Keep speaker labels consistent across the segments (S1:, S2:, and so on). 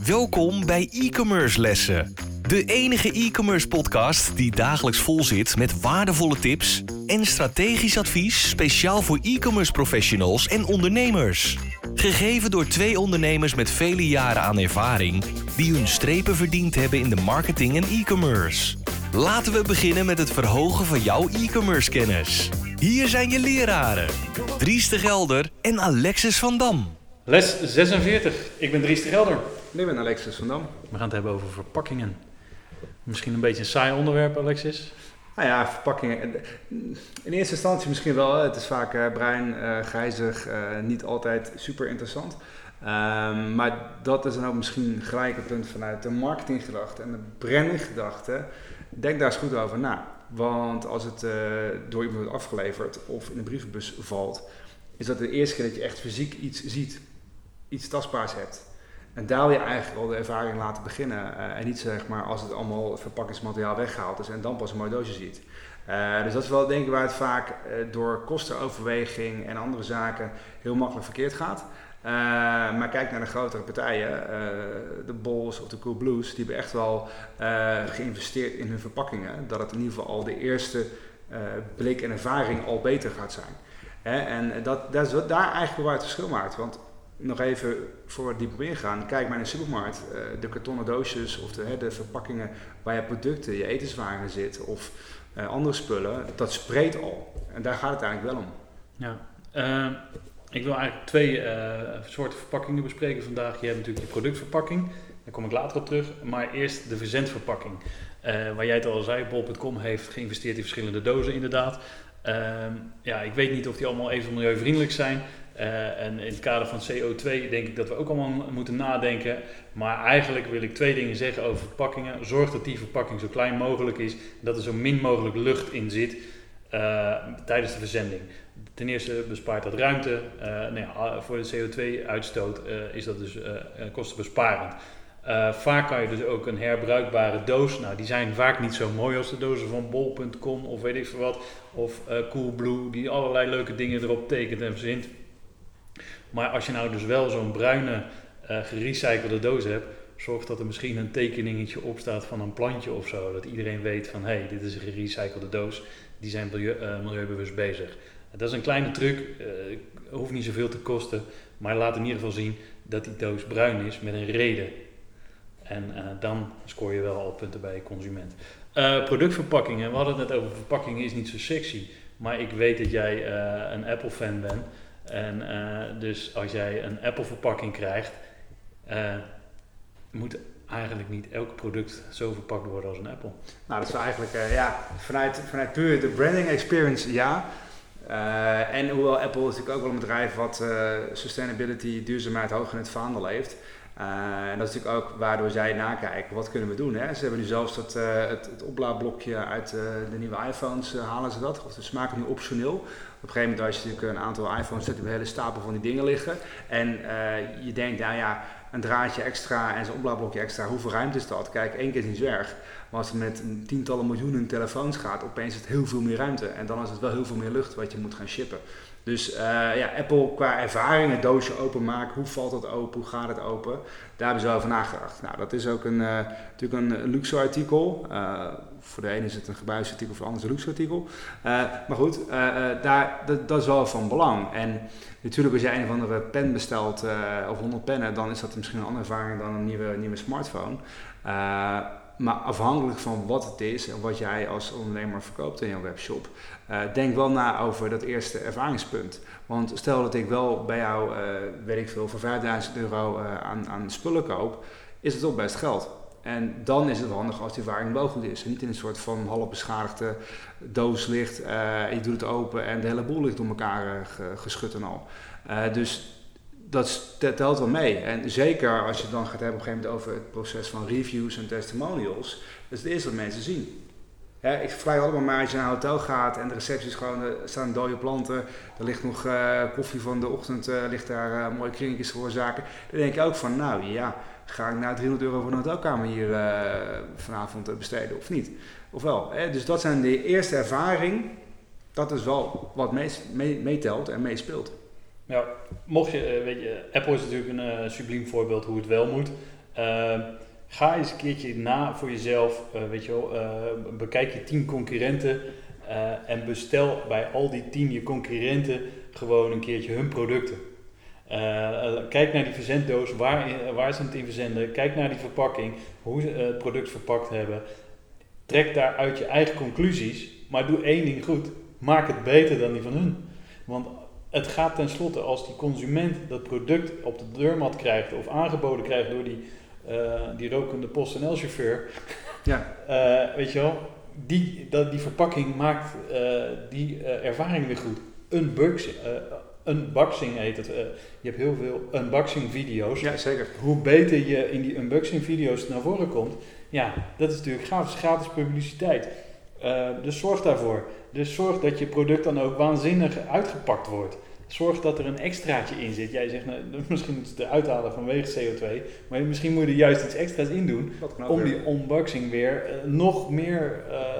S1: Welkom bij e-commerce lessen. De enige e-commerce podcast die dagelijks vol zit met waardevolle tips en strategisch advies speciaal voor e-commerce professionals en ondernemers. Gegeven door 2 ondernemers met vele jaren aan ervaring die hun strepen verdiend hebben in de marketing en e-commerce. Laten we beginnen met het verhogen van jouw e-commerce kennis. Hier zijn je leraren, Dries de Gelder en Alexis van Dam.
S2: Les 46. Ik ben Dries de Gelder.
S3: Ik ben Alexis van Dam.
S2: We gaan het hebben over verpakkingen. Misschien een beetje een saai onderwerp, Alexis?
S3: Nou ja, verpakkingen. In eerste instantie misschien wel. Het is vaak bruin, grijzig, niet altijd super interessant. Maar dat is dan ook misschien gelijk het punt vanuit de marketinggedachte en de brandinggedachte. Denk daar eens goed over na. Want als het door iemand wordt afgeleverd of in een brievenbus valt, is dat de eerste keer dat je echt fysiek iets ziet, iets tastbaars hebt. En daar wil je eigenlijk al de ervaring laten beginnen. En niet zeg maar als het allemaal verpakkingsmateriaal weggehaald is en dan pas een mooi doosje ziet. Dus dat is wel denk ik waar het vaak door kostenoverweging en andere zaken heel makkelijk verkeerd gaat. Maar kijk naar de grotere partijen, de Bols of de Coolblues, die hebben echt wel geïnvesteerd in hun verpakkingen. Dat het in ieder geval al de eerste blik en ervaring al beter gaat zijn. En dat is daar eigenlijk waar het verschil maakt. Want nog even voor het dieper ingaan, kijk maar in de supermarkt, de kartonnen doosjes of de verpakkingen waar je producten, je etenswaren zit of andere spullen, dat spreekt al. En daar gaat het eigenlijk wel om.
S2: Ja, ik wil eigenlijk 2 soorten verpakkingen bespreken vandaag. Je hebt natuurlijk je productverpakking, daar kom ik later op terug, maar eerst de verzendverpakking. Waar jij het al zei, bol.com heeft geïnvesteerd in verschillende dozen inderdaad. Ik weet niet of die allemaal even milieuvriendelijk zijn. En in het kader van CO2 denk ik dat we ook allemaal moeten nadenken. Maar eigenlijk wil ik 2 dingen zeggen over verpakkingen. Zorg dat die verpakking zo klein mogelijk is. Dat er zo min mogelijk lucht in zit tijdens de verzending. Ten eerste bespaart dat ruimte. Voor de CO2-uitstoot is dat dus kostenbesparend. Vaak kan je dus ook een herbruikbare doos, die zijn vaak niet zo mooi als de dozen van bol.com of weet ik veel wat, of Coolblue, die allerlei leuke dingen erop tekent en verzint. Maar als je nou dus wel zo'n bruine gerecyclede doos hebt, zorg dat er misschien een tekeningetje op staat van een plantje of zo, dat iedereen weet van dit is een gerecyclede doos, die zijn milieubewust bezig. Dat is een kleine truc, hoeft niet zoveel te kosten, maar laat in ieder geval zien dat die doos bruin is met een reden. En dan scoor je wel al punten bij je consument. Productverpakkingen, we hadden het net over verpakkingen is niet zo sexy. Maar ik weet dat jij een Apple-fan bent. En dus als jij een Apple-verpakking krijgt, moet eigenlijk niet elk product zo verpakt worden als een Apple.
S3: Nou, dat is eigenlijk vanuit puur de branding experience ja. En hoewel Apple is natuurlijk ook wel een bedrijf wat sustainability, duurzaamheid hoog in het vaandel heeft. En dat is natuurlijk ook waardoor zij nakijken, wat kunnen we doen. Hè? Ze hebben nu zelfs het oplaadblokje uit de nieuwe iPhones, halen ze dat. Of ze maken het nu optioneel. Op een gegeven moment als je natuurlijk een aantal iPhones zet, heb je een hele stapel van die dingen liggen. En je denkt, een draadje extra en zo'n oplaadblokje extra, hoeveel ruimte is dat? Kijk, 1 keer is niet zo erg. Maar als het met tientallen miljoenen telefoons gaat, opeens is het heel veel meer ruimte. En dan is het wel heel veel meer lucht wat je moet gaan shippen. Dus Apple qua ervaring, het doosje openmaken, hoe valt het open, hoe gaat het open, daar hebben ze wel over nagedacht. Nou, dat is ook natuurlijk een luxe artikel. Voor de ene is het een gebruiksartikel, voor de ander is het een luxe artikel. Maar goed, dat is wel van belang. En natuurlijk als jij een of andere pen bestelt, of 100 pennen, dan is dat misschien een andere ervaring dan een nieuwe smartphone. Maar afhankelijk van wat het is en wat jij als ondernemer verkoopt in jouw webshop, denk wel na over dat eerste ervaringspunt. Want stel dat ik wel bij jou, voor €5.000 aan spullen koop, is het toch best geld. En dan is het handig als die ervaring wel goed is. En niet in een soort van half beschadigde doos ligt, je doet het open en de hele boel ligt door elkaar geschud en al. Dus dat telt wel mee. En zeker als je het dan gaat hebben op een gegeven moment over het proces van reviews en testimonials. Dat is het eerste wat mensen zien. Ik vergelijk allemaal maar als je naar een hotel gaat en de receptie is gewoon, er staan dode planten. Er ligt nog koffie van de ochtend, ligt daar mooie kringetjes voor zaken. Dan denk je ook van, ga ik nou €300 voor een hotelkamer hier vanavond besteden of niet? Ofwel, dus dat zijn de eerste ervaring. Dat is wel wat meetelt en meespeelt.
S2: Ja, mocht je, Apple is natuurlijk een subliem voorbeeld hoe het wel moet. Ga eens een keertje na voor jezelf, bekijk je 10 concurrenten en bestel bij al die 10 je concurrenten gewoon een keertje hun producten. Kijk naar die verzenddoos, waar ze het in verzenden, kijk naar die verpakking, hoe ze het product verpakt hebben. Trek daaruit je eigen conclusies, maar doe één ding goed, maak het beter dan die van hun. Want het gaat tenslotte, als die consument dat product op de deurmat krijgt of aangeboden krijgt door die rokende PostNL-chauffeur, weet je wel, die verpakking maakt die ervaring weer goed. Unboxing heet het. Je hebt heel veel unboxing video's.
S3: Ja, zeker.
S2: Hoe beter je in die unboxing video's naar voren komt, ja, dat is natuurlijk gratis publiciteit. Dus zorg daarvoor. Dus zorg dat je product dan ook waanzinnig uitgepakt wordt. Zorg dat er een extraatje in zit. Jij zegt, misschien moet het eruit halen vanwege CO2, maar misschien moet je er juist iets extra's in doen om die unboxing weer nog meer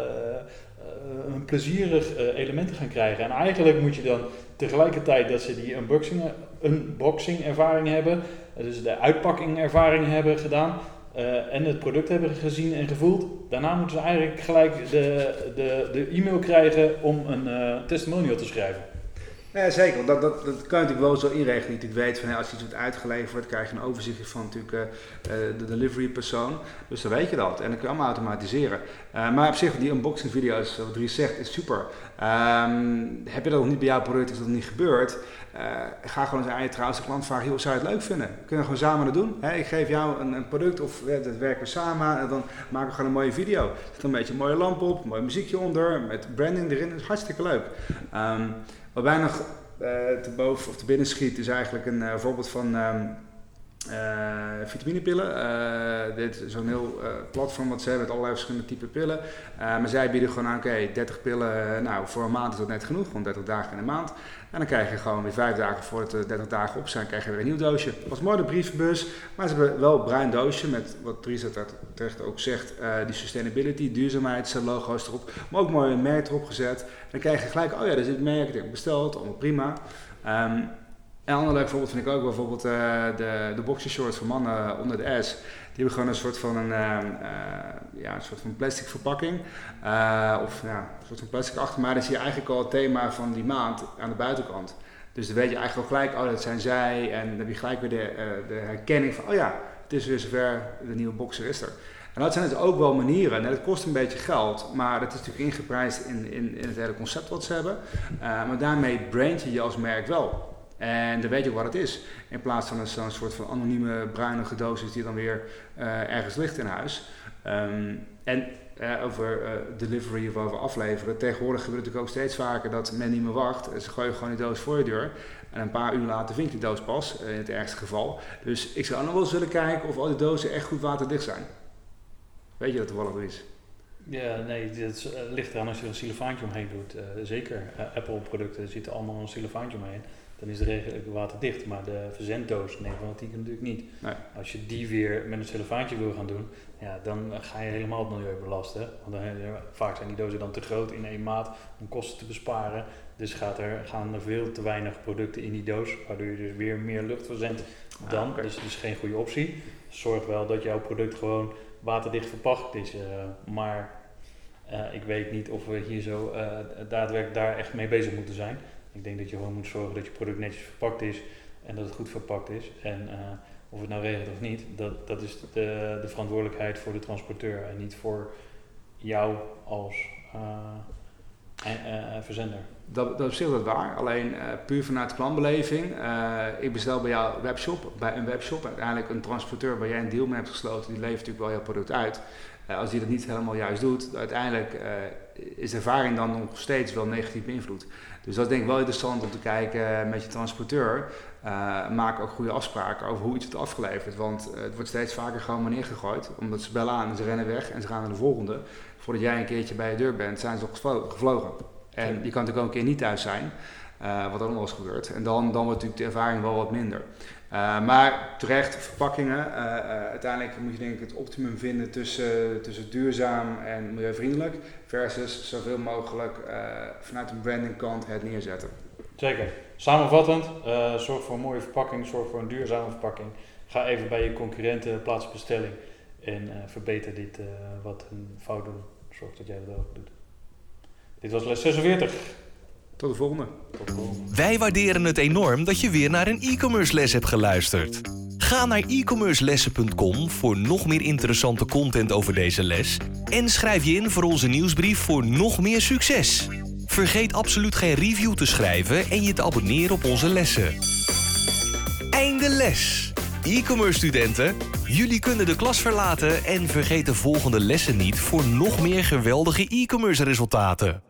S2: een plezierig element te gaan krijgen. En eigenlijk moet je dan tegelijkertijd dat ze die unboxing ervaring hebben, dus de uitpakking ervaring hebben gedaan, en het product hebben gezien en gevoeld. Daarna moeten ze eigenlijk gelijk de e-mail krijgen om een testimonial te schrijven.
S3: Ja, zeker, want dat kan je natuurlijk wel zo inregelen. Dat je natuurlijk weet van als iets wordt uitgeleverd, krijg je een overzicht van natuurlijk de delivery persoon. Dus dan weet je dat en dan kun je allemaal automatiseren. Maar op zich, die unboxing video's, wat Dries zegt, is super. Heb je dat nog niet bij jouw product, is dat niet gebeurd? Ga gewoon eens aan je trouwens de klant vragen, zou je het leuk vinden? Kunnen we gewoon samen dat doen? Ik geef jou een product of dat werken we samen en dan maken we gewoon een mooie video. Er zit een beetje een mooie lamp op, een mooi muziekje onder, met branding erin. Dat is hartstikke leuk. Wat wij nog te boven of te binnen schiet is eigenlijk een voorbeeld van vitaminepillen. Dit is zo'n heel platform wat ze hebben met allerlei verschillende type pillen. Maar zij bieden gewoon aan, 30 pillen, voor een maand is dat net genoeg, gewoon 30 dagen in een maand. En dan krijg je gewoon weer 5 dagen voordat de 30 dagen op zijn, krijg je weer een nieuw doosje. Dat was mooi de brievenbus, maar ze hebben wel een bruin doosje met, wat Dries terecht ook zegt, die sustainability, duurzaamheid, logo's erop. Maar ook mooi een merk erop gezet. En dan krijg je gelijk, daar zit het merk, dat heb ik besteld, allemaal prima. En een ander leuk voorbeeld vind ik ook bijvoorbeeld de boxershorts voor mannen onder de S. Die hebben gewoon een soort van een soort van plastic verpakking. Een soort van plastic achter, maar dan zie je eigenlijk al het thema van die maand aan de buitenkant. Dus dan weet je eigenlijk al gelijk, dat zijn zij. En dan heb je gelijk weer de herkenning van, het is weer zover, de nieuwe boxer is er. En dat zijn dus ook wel manieren. Dat kost een beetje geld, maar dat is natuurlijk ingeprijsd in het hele concept wat ze hebben. Maar daarmee brand je als merk wel. En dan weet je ook wat het is. In plaats van zo'n soort van anonieme bruinige dosis die dan weer ergens ligt in huis. Over delivery of over afleveren. Tegenwoordig gebeurt het natuurlijk ook steeds vaker dat men niet meer wacht. Ze gooien gewoon die doos voor je deur. En een paar uur later vind je die doos pas, in het ergste geval. Dus ik zou nog wel eens willen kijken of al die dozen echt goed waterdicht zijn. Weet je dat toevallig is?
S2: Ja, nee, het ligt eraan als je er een cellofaantje omheen doet. Zeker Apple producten zitten allemaal een cellofaantje omheen. Dan is de redelijk waterdicht, maar de verzenddoos, 9 van de 10 natuurlijk niet. Nee. Als je die weer met een cellofaantje wil gaan doen, dan ga je helemaal het milieu belasten. Want vaak zijn die dozen dan te groot in één maat om kosten te besparen. Dus gaan er veel te weinig producten in die doos, waardoor je dus weer meer lucht verzendt dan. Okay. Dus dat is geen goede optie. Zorg wel dat jouw product gewoon waterdicht verpakt is. Maar ik weet niet of we hier zo daadwerkelijk daar echt mee bezig moeten zijn. Ik denk dat je gewoon moet zorgen dat je product netjes verpakt is en dat het goed verpakt is. En of het nou regent of niet, dat is de verantwoordelijkheid voor de transporteur en niet voor jou als verzender.
S3: Dat op zich dat waar, alleen puur vanuit de klantbeleving. Ik bestel bij jouw webshop, bij een webshop, uiteindelijk een transporteur waar jij een deal mee hebt gesloten, die levert natuurlijk wel jouw product uit. Als die dat niet helemaal juist doet, uiteindelijk is de ervaring dan nog steeds wel negatief beïnvloed. Dus dat is denk ik wel interessant om te kijken met je transporteur. Maak ook goede afspraken over hoe iets wordt afgeleverd. Want het wordt steeds vaker gewoon maar neergegooid. Omdat ze bellen aan en ze rennen weg en ze gaan naar de volgende. Voordat jij een keertje bij je deur bent, zijn ze al gevlogen. En je kan natuurlijk ook een keer niet thuis zijn. Wat ook nog wel eens gebeurt. En dan wordt natuurlijk de ervaring wel wat minder. Maar terecht, verpakkingen. Uiteindelijk moet je denk ik het optimum vinden tussen duurzaam en milieuvriendelijk. Versus zoveel mogelijk vanuit de brandingkant het neerzetten.
S2: Zeker. Samenvattend, zorg voor een mooie verpakking, zorg voor een duurzame verpakking. Ga even bij je concurrenten, plaats bestelling en verbeter dit wat hun fout doen. Zorg dat jij dat ook doet. Dit was les 46.
S3: Tot de volgende.
S1: Wij waarderen het enorm dat je weer naar een e-commerce les hebt geluisterd. Ga naar e-commercelessen.com voor nog meer interessante content over deze les en schrijf je in voor onze nieuwsbrief voor nog meer succes. Vergeet absoluut geen review te schrijven en je te abonneren op onze lessen. Einde les! E-commerce studenten, jullie kunnen de klas verlaten en vergeet de volgende lessen niet voor nog meer geweldige e-commerce resultaten.